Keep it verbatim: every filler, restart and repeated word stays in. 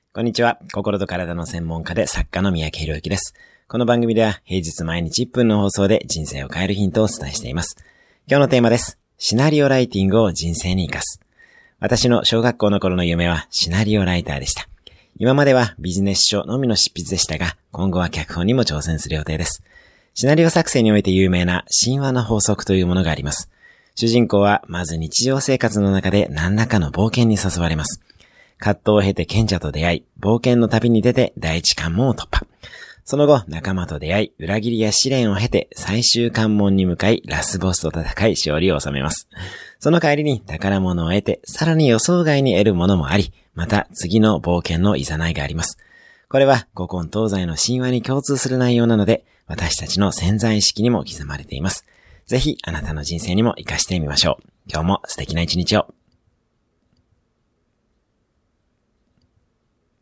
こんにちは。心と体の専門家で作家の三宅宏之です。この番組では平日毎日いっぷんの放送で人生を変えるヒントをお伝えしています。今日のテーマです。シナリオライティングを人生に生かす。私の小学校の頃の夢はシナリオライターでした。今まではビジネス書のみの執筆でしたが、今後は脚本にも挑戦する予定です。シナリオ作成において有名な神話の法則というものがあります。主人公はまず日常生活の中で何らかの冒険に誘われます。葛藤を経て賢者と出会い、冒険の旅に出て第一関門を突破。その後、仲間と出会い、裏切りや試練を経て最終関門に向かい、ラスボスと戦い勝利を収めます。その帰りに宝物を得て、さらに予想外に得るものもあり、また次の冒険の誘いがあります。これは古今東西の神話に共通する内容なので、私たちの潜在意識にも刻まれています。ぜひあなたの人生にも活かしてみましょう。今日も素敵な一日を。